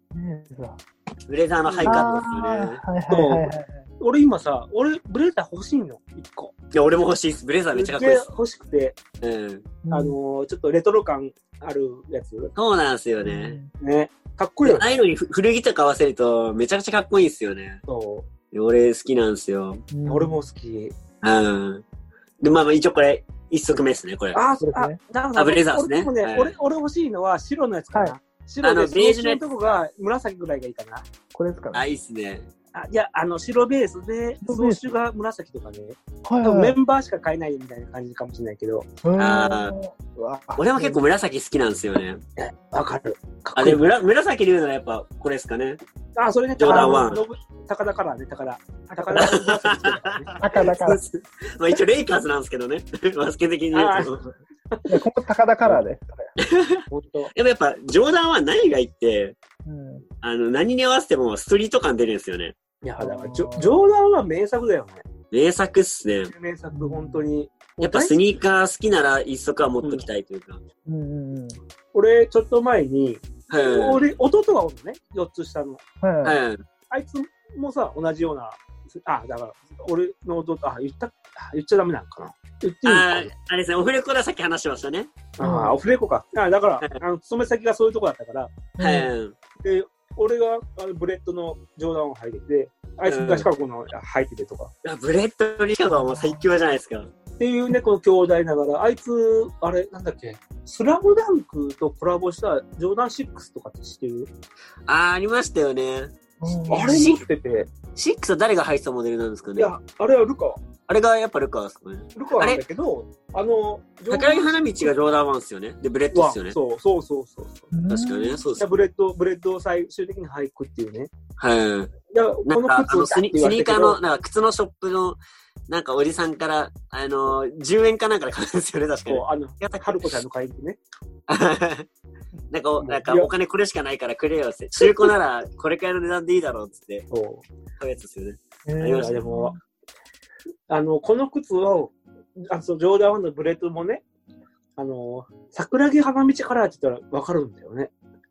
ブレザーのハイカットですよね。 はいはいはいはい。 俺今さ、俺、ブレザー欲しいの、一個。 いや、俺も欲しいです。ブレザーめっちゃかっこいいです。 欲しくて、 うん。 あのー、ちょっとレトロ感あるやつ。 そうなんですよね。 ね。かっこいいよね。 ああいうのに古着とか合わせると、めちゃくちゃかっこいいですよね。 そう。 俺好きなんですよ。 俺も好き。 うん。で、まあまあ一応これ、一足目ですね、これ。 あ、そうですね。 あ、ブレザーですね。 俺もね、はい、俺、俺欲しいのは白のやつかな。はい、白で、ベージュのとこが紫ぐらいがいいかな。 これですかね。 あ、いいっすね。 あ、いや、あの、白ベースで、装飾が紫とかね。はい、はい。メンバーしか買えないみたいな感じかもしれないけど。 ああ。俺も結構紫好きなんですよね。 え、わかる。 かあ、で、紫で言うならやっぱこれですかね。 あ、それね、 ジョーダンワン。 高田カラーね、高田。高田紫つけたからね。 高田カラー。 まあ一応レイカーズなんですけどね。バスケ的に言うと。 いや、ここ高田カラーで。 本当。でもやっぱ、ジョーダンワン何がいいって、うん、あの、何に合わせてもストリート感出るんですよね。 いや、だからジョ、ジョーダンは名作だよね。 名作っすね。 名作、本当に。 やっぱスニーカー好きなら一足は持っときたいというか。 うんうんうん、 俺、ちょっと前に、はい、俺、弟がおるのね、よっつ下の。 はい。 あいつもさ、同じような、あ、だから、俺の弟、あ、言った、言っちゃダメなのかな。言っていいのかな。 あ、あれですね、オフレコでさっき話しましたね。 ああ、オフレコか。あ、だから、あの、勤め先がそういうとこだったから。 はい。 で、俺があのブレッドのジョーダンを履いてて、あいつがシカゴの履いててとか。 うん、ブレッドのシカゴはもう最強じゃないですか。 っていうね、この兄弟ながら、あいつ、あれ、なんだっけ、スラムダンクとコラボしたジョーダンシックスとかって知ってる？ あー、ありましたよね。 あれ持ってて。 シックスは誰が履いてたモデルなんですかね？ いや、あれはルカ。 あれがやっぱルカですかね。 ルカなんだけど、あの、 高木花道がジョーダンワンですよね。で、ブレッドですよね。 そうそうそうそう。 確かにね、そうです。 ブレッド、ブレッドを最終的に履くっていうね。 はい。なんか、あのスニ、スニーカーの、なんか靴のショップの、なんかおじさんから、あのー、じゅうえんかなんかで買うんですよね、確かに。 そう、あの、春子ちゃんの買いにね。 なんか、なんかお金これしかないからくれよって。中古ならこれくらいの値段でいいだろうっつって。そう。買うやつですよね。 えー、ありました。でも、あの、この靴を、あの、ジョーダンワンのブレッドもね、あの、桜木花道カラーって言ったらわかるんだよね。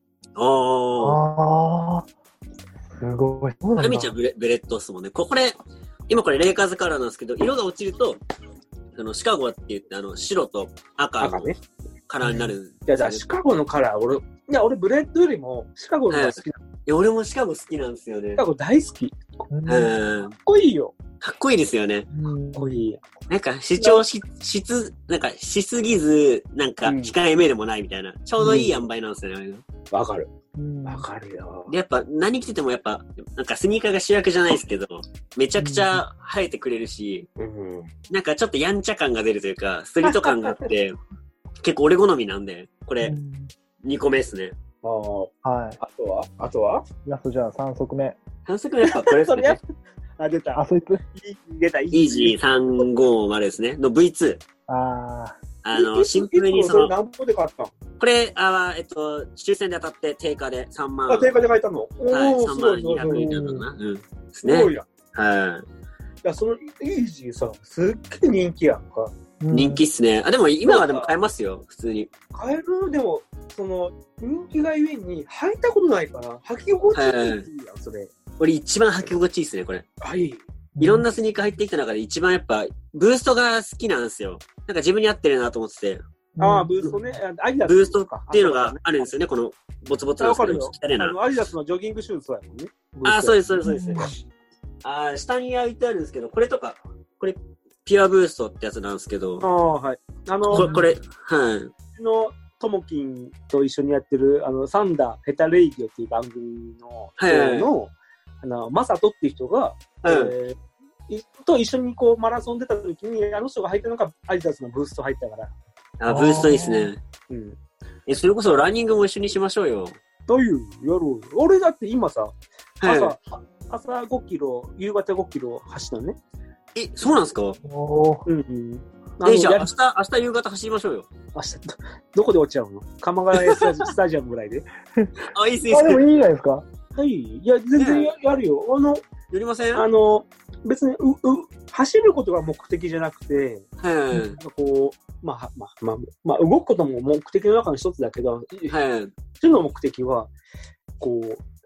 ああ。すごい。 花道はブレ、ブレッドっすもんね。これ、今これレイカーズカラーなんですけど、色が落ちると、あの、シカゴって言って、あの、白と赤のカラーになる、ね。 いや、じゃあシカゴのカラー、俺、いや、俺ブレッドよりもシカゴの方が好きなの。 いや、俺もシカゴ好きなんですよね。 シカゴ大好き。 うん。 かっこいいよ。 かっこいいですよね。 かっこいい。 なんか主張し、しつ、なんかしすぎず、なんか控えめでもないみたいな。ちょうどいい塩梅なんですよね。 わ、うん、かる。わかるよ。 で、やっぱ何着ててもやっぱ、なんかスニーカーが主役じゃないですけど、めちゃくちゃ生えてくれるし、うん、なんかちょっとやんちゃ感が出るというか、ストリート感があって、結構俺好みなんで、これ、にこめですね。 ああ、はい。あとはあとはラストじゃあさん足目。 さん足目やっぱこれですね。 あ、出た。 あ、そいつ出た。 イージーさんごまるですね。の ブイツー。 ああ。 あの、シンプルにその、 何本で買ったの？ これ、あえっと、抽選で当たって定価でさんまん。 あ、定価で買えたの？ はい、さんまんにひゃくえんだったかな。うん。ですね。 すごいや。 はい。 いや、その、イージーさ、すっげえ人気やんか。 人気っすね。あ、でも今はでも買えますよ、普通に。 買える？でも、その、人気がゆえに、履いたことないから、履き心地いいやん、それ。 俺一番履き心地いいっすね、これ。 はい。 いろんなスニーカー入ってきた中で一番やっぱ、ブーストが好きなんですよ。なんか自分に合ってるなと思ってて。 ああ、ブーストね。アディダス。 ブーストっていうのがあるんですよね、この、ボツボツの。 わかるよ。あの、アディダスのジョギングシューズそうやもんね。 ああ、そうです、そうです、そうです。ああ、下に置いてあるんですけど、これとか、これ、ピュアブーストってやつなんですけど。 ああ、はい。あの、 これ、これはい。 の、ともきんと一緒にやってる、あの、サンダー・ヘタレイディオっていう番組の、はい、の、あの、マサトっていう人が、はい、えー、と一緒にこうマラソン出た時に、あの人が入ったのがアディダスのブースト入ったから。 あ、ブーストいいっすね。うん。え、それこそランニングも一緒にしましょうよ。 どういうやろう。俺だって今さ、朝、はい、朝ごキロ、夕方ごキロ走ったのね。 え、そうなんですか？ おうんうん。 え、じゃあ明日、明日夕方走りましょうよ。 明日、どこで落ちちゃうの？鎌ヶ谷スタジアムぐらいで。 あ、いいっす、いいっす。 あ、でもいいじゃないですか。 はい。いや、全然や、やるよ。あの、 やりません？ あの、別に、う、う、走ることが目的じゃなくて、 はい。 こう、まあ、まあ、まあ、まあ、動くことも目的の中の一つだけど、はい。その目的は、こう、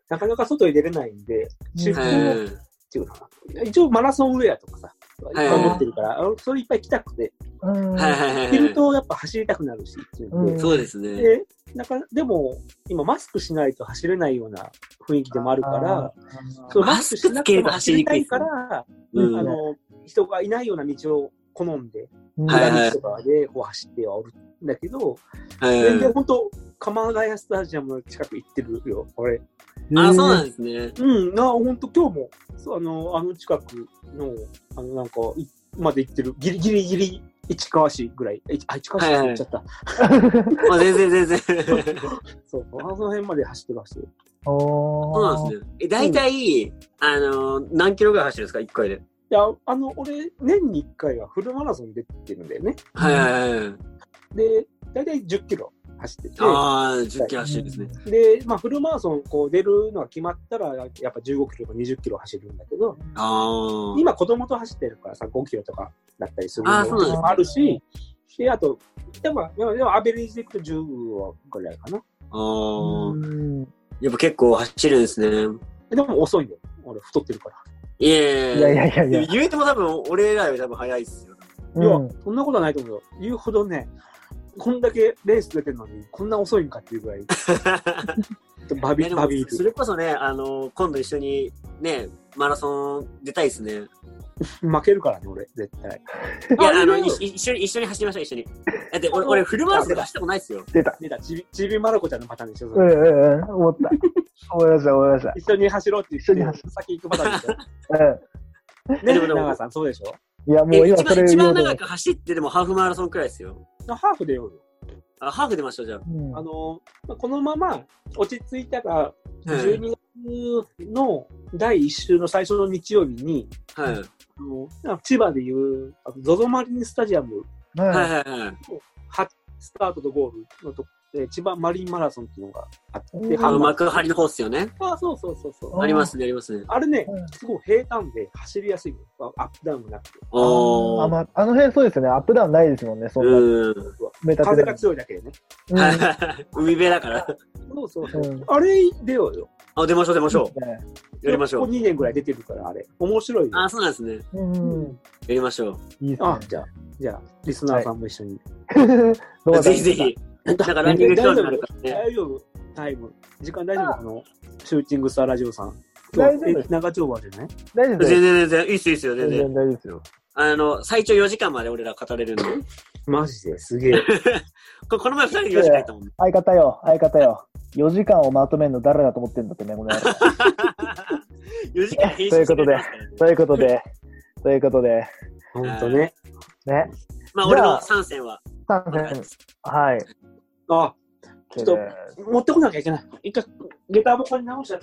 なかなか外に出れないんで、出勤っていうのかな。一応マラソンウェアとかさ、いっぱい持ってるから、それいっぱい着たくて、着るとやっぱ走りたくなるしっていうので、 そうですね。 で、なんかでも今マスクしないと走れないような雰囲気でもあるから、 そのマスクしなくても走りたいから、うん、あの人がいないような道を好んで、 はいはい、 道とかでこう走ってはおるんだけど、はいはい、全然本当鎌ヶ谷スタジアムの近く行ってるよ、俺。 あ、そうなんですね。 うん、な、本当今日も、あの、あの近くの、あの、なんか、まで行ってる、ギリギリギリ、市川市ぐらい、あ、市川市って言っちゃった。 はいはい、まあ、全然全然。 そう、あの辺まで走ってます。 そうなんですね。え、大体、うん、あの、何キロぐらい走るんですか、いっかいで。いや、あの、俺、年にいっかいはフルマラソン出てるんだよね。 はいはいはい。 で、大体じゅっキロ。走ってて。 ああ、じゅっキロ走るんですね。 で、まあ、フルマラソン、こう、出るのが決まったら、やっぱじゅうごキロとかにじゅっキロ走るんだけど、 あ今、子供と走ってるからさ、ごキロとかだったりするのもあるし、で、あと、でも、でも、アベレージでいくとじゅうぐらいかな。 ああ。やっぱ結構走るんですね。 でも遅いんだよ。俺、太ってるから。 いやいやいやいやいや。 言うても多分、俺らより多分早いっすよ。 いや、そんなことはないと思うよ。言うほどね、こんだけレース出てるのに、こんな遅いんかっていうぐらい。バビバビール。 それこそね、あの、今度一緒にね、マラソン出たいですね。 負けるからね、俺、絶対。 いや、あの、一緒に、一緒に走りましょう、一緒に。だって、俺、俺フルマラソン走ったことないっすよ。 出た。 出た。ちび、ちびまる子ちゃんのパターンでしょ。 うんうんうん、思った。思いました、思いました。 一緒に走ろうって一緒に走る。先行くパターンでしょ。うん。ね、でも、長さん、そうでしょ。 いや、もう今それ一番長く走ってでもハーフマラソンくらいですよ。 ハーフでよ。 あ、ハーフ出ました、じゃあ。 うん、あの、このまま落ち着いたら、じゅうにがつのだいいっ週の最初の日曜日に、 はい。 あの千葉でいう、ゾゾマリンスタジアム、 はいはいはい。 スタートとゴールのとこで、千葉マリンマラソンっていうのがあって、 あの幕張の方っすよね。 あ、そうそうそうそう。 ありますね、ありますね。 あれね、すごい平坦で走りやすいの。アップダウンもなくて。 ああ、まあ、あの辺そうですよね。アップダウンないですもんね、そんな。うん。 風が強いだけでね。 海辺だから。 そうそうそう。あれ出ようよ。 あ、出ましょう、出ましょう。やりましょう。 ここにねんぐらい出てるから、あれ。面白いよ。 あ、そうなんですね。うん。やりましょう。 いいですね。 あ、じゃあ、じゃあ、リスナーさんも一緒に。 ぜひぜひ。だからランキング興味あるからね。 大丈夫、タイム。時間大丈夫あの、シューティングスターラジオさん。 大丈夫。 長丁場じゃない大丈夫。 全然全然。いいっすよ、いいっすよ、全然。 全然大丈夫ですよ。 あの、最長よじかんまで俺ら語れるんで。 マジですげえ。 この前ふたりでよじかんいったもんね。 相方よ、相方よ。よじかんをまとめるの誰だと思ってんだってね、この野郎。 よじかん編集ということで、ということで、ということで。 ほんとね。 ね。 まあ、俺の参戦は。 参戦。はい。 あ、ちょっと、持ってこなきゃいけない。一回、下駄箱に直しちゃった。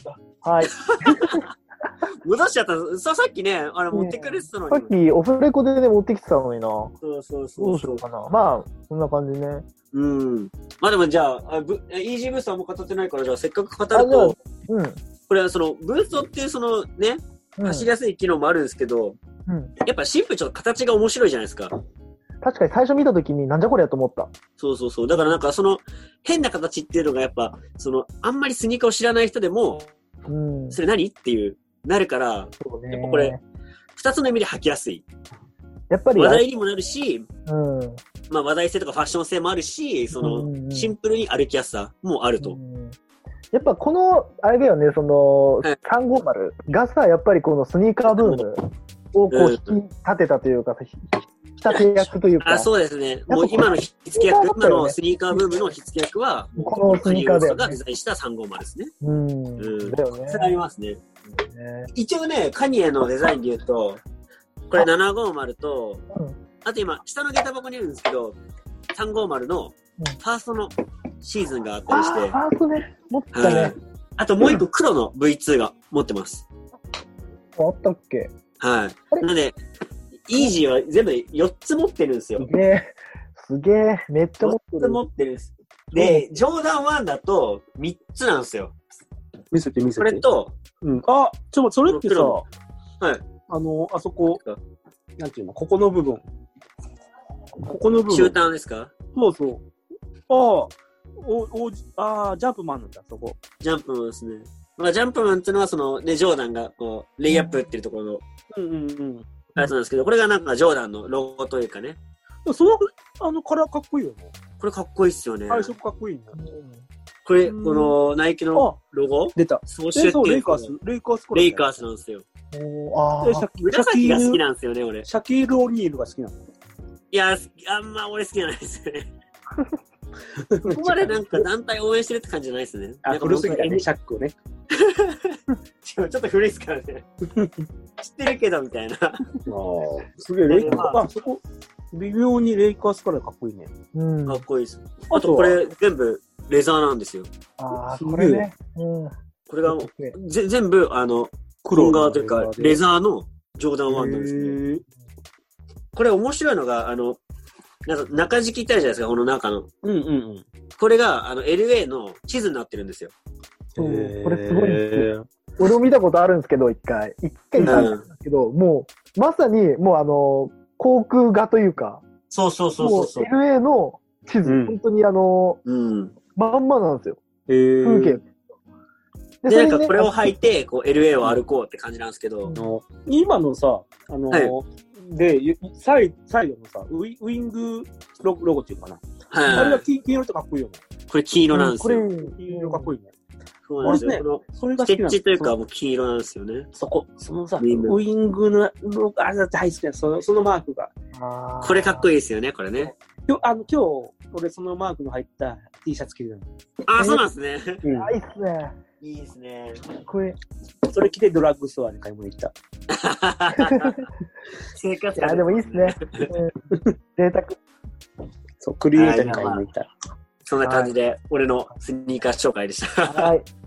はい。 戻しちゃった。さ、さっきね、あれ持ってくれてたのに。 さっきオフレコでね、持ってきてたのにな。 そうそうそう。 どうしようかな。まあ、そんな感じね。 うん。まあでもじゃあ、あブイージーブースターも語ってないから、じゃあせっかく語ると、 うん。 これはその、ブーストっていうそのね、走りやすい機能もあるんですけど、うん、やっぱシンプルちょっと形が面白いじゃないですか。 確かに最初見たときになんじゃこりゃと思った。 そうそうそう。だからなんかその変な形っていうのがやっぱ、そのあんまりスニーカーを知らない人でも、うん、それ何っていう、なるから、そうね、やっぱこれ、二つの意味で履きやすい。 やっぱり。 話題にもなるし、 うん、まあ話題性とかファッション性もあるし、その、うんうん、シンプルに歩きやすさもあると。うんやっぱこの、あれだよね、その、はい、さんごまるがさ、やっぱりこのスニーカーブームをこう引き立てたというか、引き立て役というか。 あ、そうですね。もう今の火付け役、今のスニーカーブームの火付け役は、 このスニーカーで、ね。 がデザインしたさんごまるですね。 うん。うん。だよね。 それありますね。ね一応ね、カニエのデザインで言うと、これななごまると、あ,、うん、あと今、下の下駄箱にいるんですけど、さんごまるのファーストのシーズンがあったりして。 ファーストね。持ったね、はい。 あともう一個黒の ブイツー が持ってます。 あったっけ？ はい。なので、イージーは全部でよっつ持ってるんですよ。 すげえ。すげえ。めっちゃ持ってる。 よっつ持ってるんです。で、ジョーダンワンだとみっつなんですよ。 見せて見せて。 これと、 うん。あ、ちょ、それってさ、 はい。 あの、あそこ、なんていうの、ここの部分。ここの部分。 中端ですか？ そうそう。ああ。お、お、ああ、ジャンプマンなんだ、そこ。 ジャンプマンですね。 まあ、ジャンプマンっていうのは、その、ね、ジョーダンが、こう、レイアップっていうところの、 うんうんうん。 やつなんですけど、これがなんかジョーダンのロゴというかね。 その、あのカラーかっこいいよね。 これかっこいいっすよね。 配色かっこいいね。 これ、この、ナイキのロゴ出た。 そうしてってレイカース、レイカースレイカースなんですよ。 ああ。 紫が好きなんですよね、俺。 シャキール・オニールが好きなの？ いや、あんま俺好きじゃないですね。ここまでなんか団体応援してるって感じじゃないですね。 あ、古すぎたね、シャックをね。 ちょっと古いっすからね。知ってるけど、みたいな。ああ、 すげえ、レイカース、あ、そこ、微妙にレイカースからかっこいいね。 うん。かっこいいです。あと、これ、全部、レザーなんですよ。 ああ、これね。うん。 これが、ぜ全部、あの、黒側というか、レザーのジョーダンワンなんですね。これ面白いのが、あの、なんか中敷きってあるじゃないですか、この中の。 うんうんうん。 これが、あの、エルエー の地図になってるんですよ。 そう、これすごいんですよ。俺も見たことあるんですけど、一回。一回見たんですけど、うん、もう、まさに、もうあの、航空画というか。 そうそうそうそう。 エルエー の地図、うん、本当にあの、うん、まんまなんですよ。風景。 で、でなんかこれを履いて、こう、エルエー を歩こうって感じなんですけど。 うん、今のさ、あの、はい、で、サイ、サイドのさ、ウィ、ウィングロゴ、ロゴっていうかな。はい。あれが黄色とかっこいいよね。 これ黄色なんですよ。 これ、黄色かっこいいね。 そうなんですよ。ね、このそれが好きなの。ステッチというか、もう黄色なんですよね。 そこ、そのさ、ウィング、ウィングのロゴ、あれだって大好きなその、そのマークが。 これかっこいいですよね、これね。 今日、あの、今日、俺そのマークの入った T シャツ着てるの。 あ、そうなんですね。 うん。あ、いいっすね。 いいですね。 これ。 それ着てドラッグストアに買い物行った。 生活いや、でもいいっすね。贅沢。 そう、クリエイターに買い物行った。 そんな感じで、俺のスニーカー紹介でした。 はい。